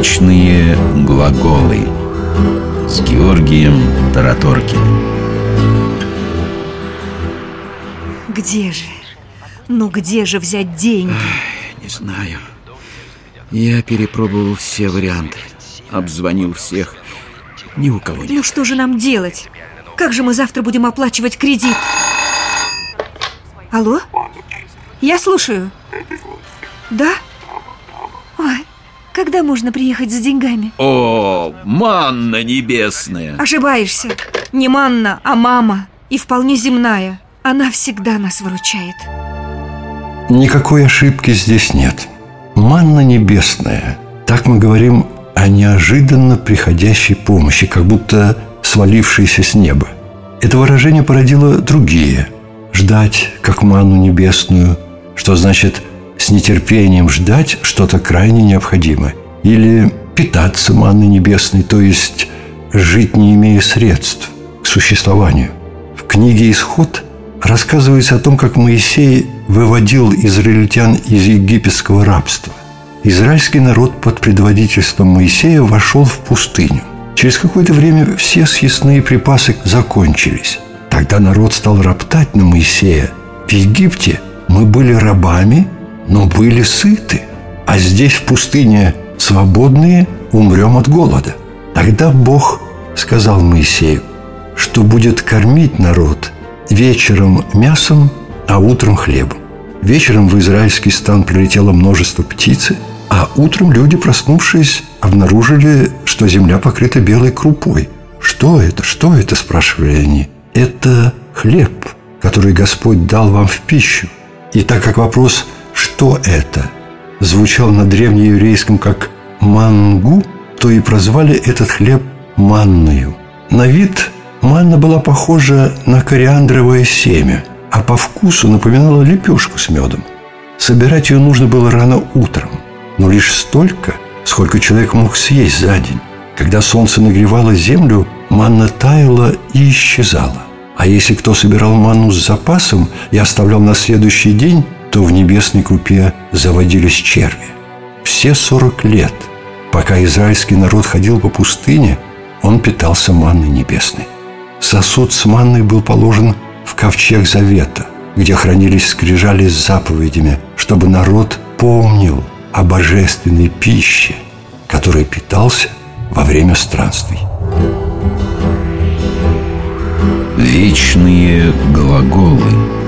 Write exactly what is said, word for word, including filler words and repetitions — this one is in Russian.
Вечные глаголы с Георгием Тараторкиным. Где же? Ну где же взять деньги? Ах, не знаю. Я перепробовал все варианты, обзвонил всех. Ни у кого нет. Ну что же нам делать? Как же мы завтра будем оплачивать кредит? Алло? Я слушаю. Да? Ой, когда можно приехать за деньгами? О, манна небесная! Ошибаешься. Не манна, а мама. И вполне земная. Она всегда нас выручает. Никакой ошибки здесь нет. Манна небесная. Так мы говорим о неожиданно приходящей помощи, как будто свалившейся с неба. Это выражение породило другие. Ждать, как манну небесную, что значит с нетерпением ждать что-то крайне необходимое. Или питаться манной небесной, то есть жить, не имея средств к существованию. В книге «Исход» рассказывается о том, как Моисей выводил израильтян из египетского рабства. Израильский народ под предводительством Моисея вошел в пустыню. Через какое-то время все съестные припасы закончились. Тогда народ стал роптать на Моисея. В Египте мы были рабами, но были сыты, а здесь в пустыне свободные умрем от голода. Тогда Бог сказал Моисею, что будет кормить народ вечером мясом, а утром хлебом. Вечером в израильский стан прилетело множество птицы, а утром люди, проснувшись, обнаружили, что земля покрыта белой крупой. «Что это? Что это?» – спрашивали они. «Это хлеб, который Господь дал вам в пищу». И так как вопрос «что это?» звучал на древнееврейском как «мангу», то и прозвали этот хлеб манною. На вид манна была похожа на кориандровое семя, а по вкусу напоминала лепешку с медом. Собирать ее нужно было рано утром, но лишь столько, сколько человек мог съесть за день. Когда солнце нагревало землю, манна таяла и исчезала. А если кто собирал манну с запасом и оставлял на следующий день, то в небесной крупе заводились черви. Все сорок лет, пока израильский народ ходил по пустыне, он питался манной небесной. Сосуд с манной был положен в ковчег завета, где хранились скрижали с заповедями, чтобы народ помнил о божественной пище, которой питался во время странствий. Вечные глаголы.